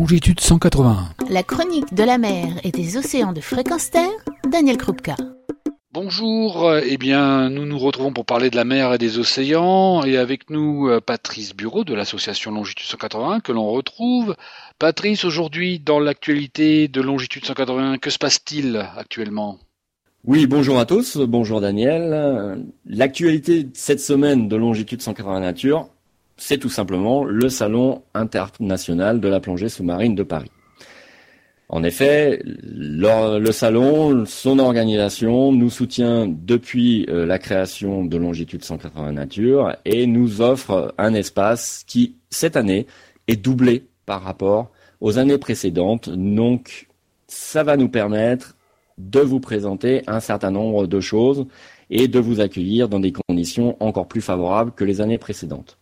longitude 181. La chronique de la mer et des océans de Fréquence Terre, Daniel Krupka. Bonjour, nous nous retrouvons pour parler de la mer et des océans, et avec nous Patrice Bureau de l'association Longitude 181 que l'on retrouve. Patrice, aujourd'hui dans l'actualité de Longitude 181, que se passe-t-il actuellement ? Oui, bonjour à tous, bonjour Daniel. L'actualité cette semaine de Longitude 180 Nature, c'est tout simplement le Salon international de la plongée sous-marine de Paris. En effet, le salon, son organisation nous soutient depuis la création de Longitude 180 Nature et nous offre un espace qui, cette année, est doublé par rapport aux années précédentes. Donc, ça va nous permettre de vous présenter un certain nombre de choses et de vous accueillir dans des conditions encore plus favorables que les années précédentes.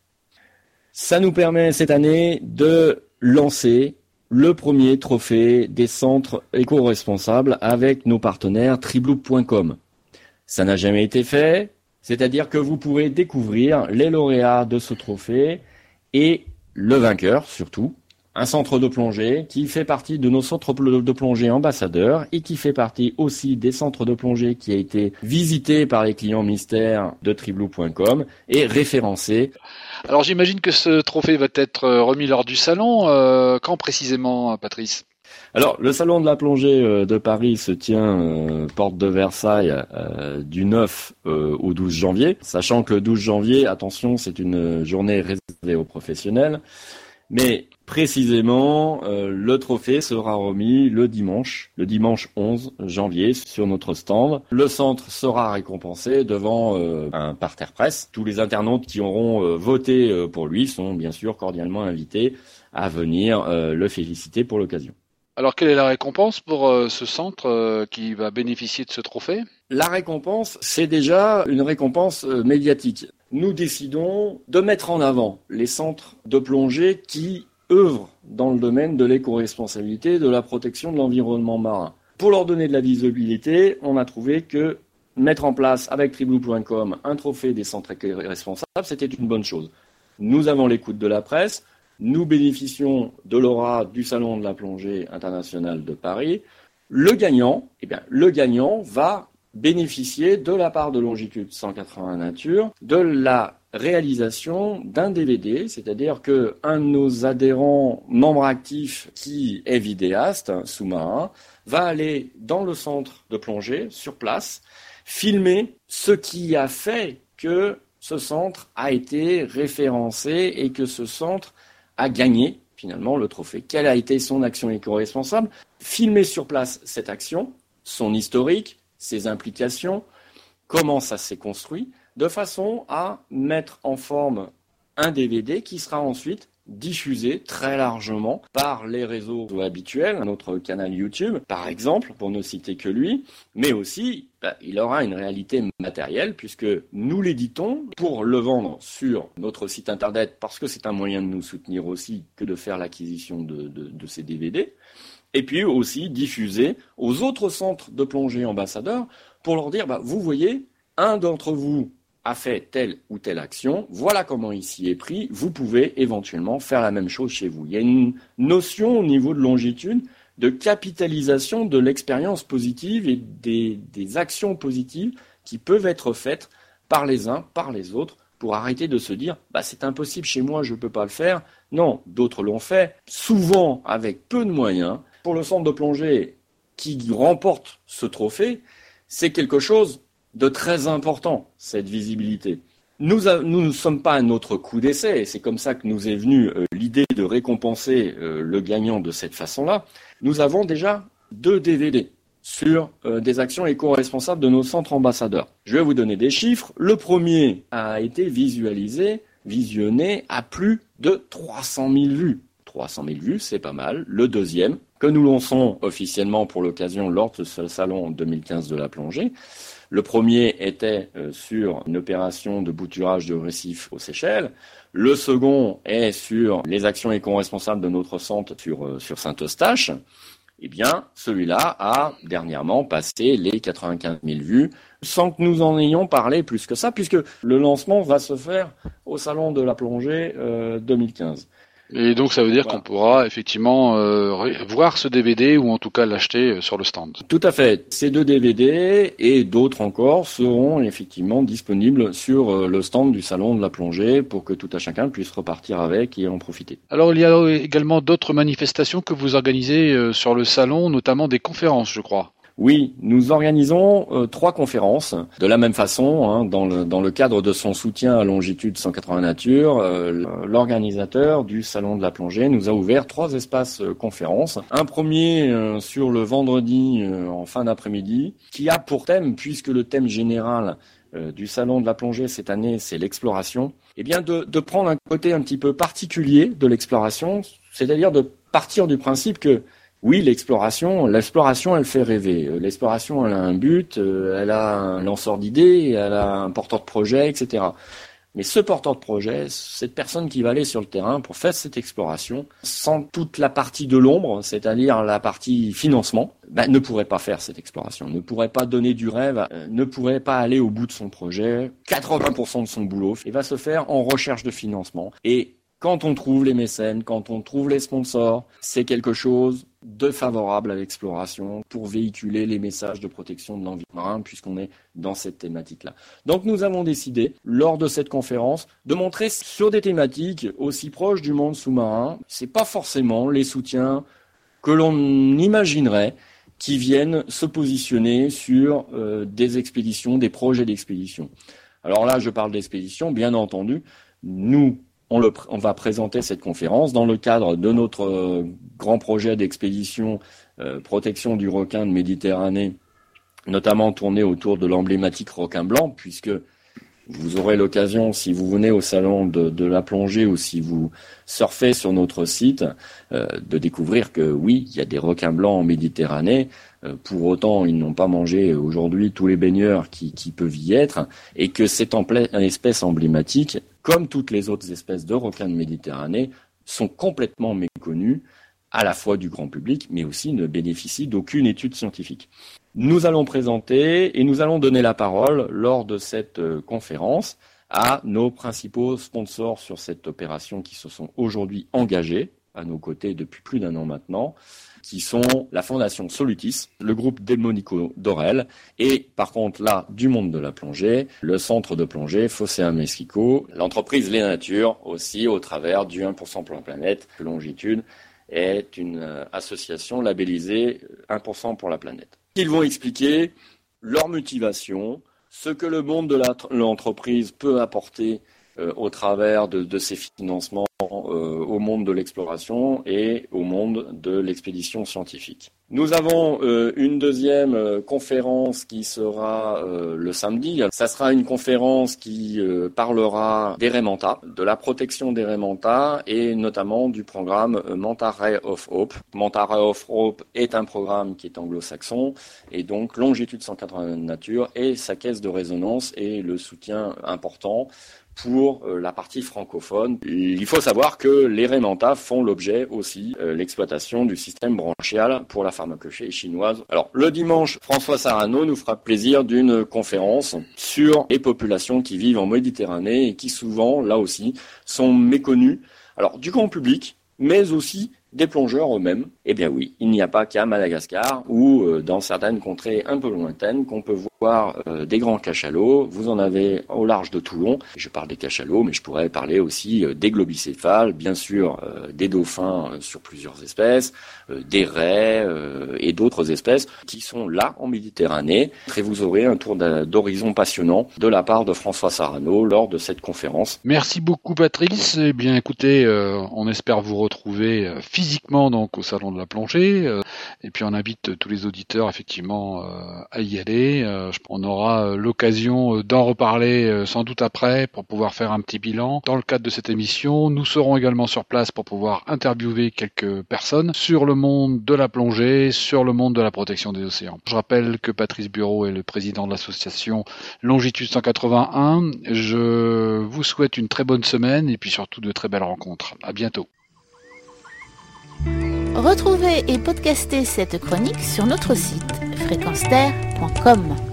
Ça nous permet cette année de lancer le premier trophée des centres éco-responsables avec nos partenaires Tribloop.com. Ça n'a jamais été fait, c'est-à-dire que vous pourrez découvrir les lauréats de ce trophée et le vainqueur surtout. Un centre de plongée qui fait partie de nos centres de plongée ambassadeurs et qui fait partie aussi des centres de plongée qui a été visité par les clients mystères de Tribloop.com et référencé. Alors j'imagine que ce trophée va être remis lors du salon. Quand précisément, Patrice ? Alors, le salon de la plongée de Paris se tient porte de Versailles du 9 au 12 janvier. Sachant que le 12 janvier, attention, c'est une journée réservée aux professionnels. Mais précisément, le trophée sera remis le dimanche 11 janvier sur notre stand. Le centre sera récompensé devant un parterre presse. Tous les internautes qui auront voté pour lui sont bien sûr cordialement invités à venir le féliciter pour l'occasion. Alors, quelle est la récompense pour ce centre qui va bénéficier de ce trophée ? La récompense, c'est déjà une récompense médiatique. Nous décidons de mettre en avant les centres de plongée qui œuvrent dans le domaine de l'éco-responsabilité et de la protection de l'environnement marin. Pour leur donner de la visibilité, on a trouvé que mettre en place avec Tribloop.com un trophée des centres éco-responsables, c'était une bonne chose. Nous avons l'écoute de la presse, nous bénéficions de l'aura du Salon de la plongée internationale de Paris. Le gagnant va bénéficier de la part de Longitude 180 Nature de la réalisation d'un DVD, c'est-à-dire que un de nos adhérents membres actifs qui est vidéaste sous-marin va aller dans le centre de plongée sur place, filmer ce qui a fait que ce centre a été référencé et que ce centre a gagné finalement le trophée. Quelle a été son action éco-responsable ? Filmer sur place cette action, son historique, ses implications, comment ça s'est construit, de façon à mettre en forme un DVD qui sera ensuite diffusé très largement par les réseaux habituels, notre canal YouTube par exemple, pour ne citer que lui, mais aussi il aura une réalité matérielle puisque nous l'éditons pour le vendre sur notre site internet parce que c'est un moyen de nous soutenir aussi que de faire l'acquisition de ces DVD. Et puis aussi diffuser aux autres centres de plongée ambassadeurs pour leur dire, vous voyez, un d'entre vous a fait telle ou telle action, voilà comment il s'y est pris, vous pouvez éventuellement faire la même chose chez vous. Il y a une notion au niveau de Longitude de capitalisation de l'expérience positive et des actions positives qui peuvent être faites par les uns, par les autres, pour arrêter de se dire c'est impossible chez moi, je ne peux pas le faire. Non, d'autres l'ont fait, souvent avec peu de moyens. Pour le centre de plongée qui remporte ce trophée, c'est quelque chose de très important, cette visibilité. Nous ne sommes pas à notre coup d'essai, et c'est comme ça que nous est venue l'idée de récompenser le gagnant de cette façon-là. Nous avons déjà 2 DVD sur des actions éco-responsables de nos centres ambassadeurs. Je vais vous donner des chiffres. Le premier a été visionné à plus de 300 000 vues. 300 000 vues, c'est pas mal. Le deuxième, que nous lançons officiellement pour l'occasion lors de ce salon 2015 de la plongée. Le premier était sur une opération de bouturage de récifs aux Seychelles. Le second est sur les actions éco-responsables de notre centre sur Saint-Eustache. Eh bien, celui-là a dernièrement passé les 95 000 vues, sans que nous en ayons parlé plus que ça, puisque le lancement va se faire au Salon de la plongée 2015. Et donc ça veut dire Voilà. qu'on pourra effectivement voir ce DVD ou en tout cas l'acheter sur le stand. Tout à fait. Ces 2 DVD et d'autres encore seront effectivement disponibles sur le stand du Salon de la Plongée pour que tout à chacun puisse repartir avec et en profiter. Alors il y a également d'autres manifestations que vous organisez sur le salon, notamment des conférences, je crois. Oui, nous organisons 3 conférences de la même façon, dans le cadre de son soutien à Longitude 180 Nature. L'organisateur du Salon de la Plongée nous a ouvert 3 espaces conférences. Un premier sur le vendredi en fin d'après-midi, qui a pour thème, puisque le thème général du Salon de la Plongée cette année, c'est l'exploration, eh bien de prendre un côté un petit peu particulier de l'exploration, c'est-à-dire de partir du principe que oui, l'exploration, elle fait rêver. L'exploration, elle a un but, elle a un lanceur d'idées, elle a un porteur de projet, etc. Mais ce porteur de projet, cette personne qui va aller sur le terrain pour faire cette exploration, sans toute la partie de l'ombre, c'est-à-dire la partie financement, ne pourrait pas faire cette exploration, ne pourrait pas donner du rêve, ne pourrait pas aller au bout de son projet. 80% de son boulot, il va se faire en recherche de financement. Et quand on trouve les mécènes, quand on trouve les sponsors, c'est quelque chose de favorable à l'exploration pour véhiculer les messages de protection de l'environnement marin puisqu'on est dans cette thématique-là. Donc nous avons décidé, lors de cette conférence, de montrer sur des thématiques aussi proches du monde sous-marin, c'est pas forcément les soutiens que l'on imaginerait qui viennent se positionner sur des expéditions, des projets d'expédition. Alors là, je parle d'expédition, bien entendu, nous, on va présenter cette conférence dans le cadre de notre grand projet d'expédition protection du requin de Méditerranée, notamment tourné autour de l'emblématique requin blanc, puisque vous aurez l'occasion, si vous venez au salon de la plongée ou si vous surfez sur notre site, de découvrir que oui, il y a des requins blancs en Méditerranée. Pour autant, ils n'ont pas mangé aujourd'hui tous les baigneurs qui peuvent y être, et que c'est une espèce emblématique, comme toutes les autres espèces de requins de Méditerranée, sont complètement méconnues, à la fois du grand public, mais aussi ne bénéficient d'aucune étude scientifique. Nous allons présenter et nous allons donner la parole lors de cette conférence à nos principaux sponsors sur cette opération qui se sont aujourd'hui engagés à nos côtés depuis plus d'1 an maintenant, qui sont la Fondation Solutis, le groupe Delmonico d'Orel, et par contre là, du monde de la plongée, le centre de plongée Fosséa Mexico, l'entreprise Les Natures aussi au travers du 1% pour la planète, Longitude est une association labellisée 1% pour la planète. Ils vont expliquer leur motivation, ce que le monde de l'entreprise peut apporter au travers de ces financements au monde de l'exploration et au monde de l'expédition scientifique. Nous avons une deuxième conférence qui sera le samedi. Ça sera une conférence qui parlera des Ray Manta, de la protection des Ray Manta et notamment du programme Manta Ray of Hope. Manta Ray of Hope est un programme qui est anglo-saxon et donc Longitude 180 Nature et sa caisse de résonance et le soutien important pour la partie francophone. Il faut savoir que les Ray Manta font l'objet aussi l'exploitation du système branchial pour la pharmacopée chinoise. Alors le dimanche, François Sarano nous fera plaisir d'une conférence sur les populations qui vivent en Méditerranée et qui souvent, là aussi, sont méconnues, alors du grand public, mais aussi des plongeurs eux-mêmes. Eh bien oui, il n'y a pas qu'à Madagascar ou dans certaines contrées un peu lointaines qu'on peut voir des grands cachalots. Vous en avez au large de Toulon. Je parle des cachalots, mais je pourrais parler aussi des globicéphales, bien sûr des dauphins sur plusieurs espèces, des raies et d'autres espèces qui sont là en Méditerranée. Et vous aurez un tour d'horizon passionnant de la part de François Sarano lors de cette conférence. Merci beaucoup Patrice. Eh bien écoutez, on espère vous retrouver physiquement donc au salon de la plongée et puis on invite tous les auditeurs effectivement à y aller. On aura l'occasion d'en reparler sans doute après pour pouvoir faire un petit bilan dans le cadre de cette émission. Nous serons également sur place pour pouvoir interviewer quelques personnes sur le monde de la plongée, sur le monde de la protection des océans. Je rappelle que Patrice Bureau est le président de l'association Longitude 181. Je vous souhaite une très bonne semaine et puis surtout de très belles rencontres. À bientôt. Retrouvez et podcastez cette chronique sur notre site fréquenceterre.com.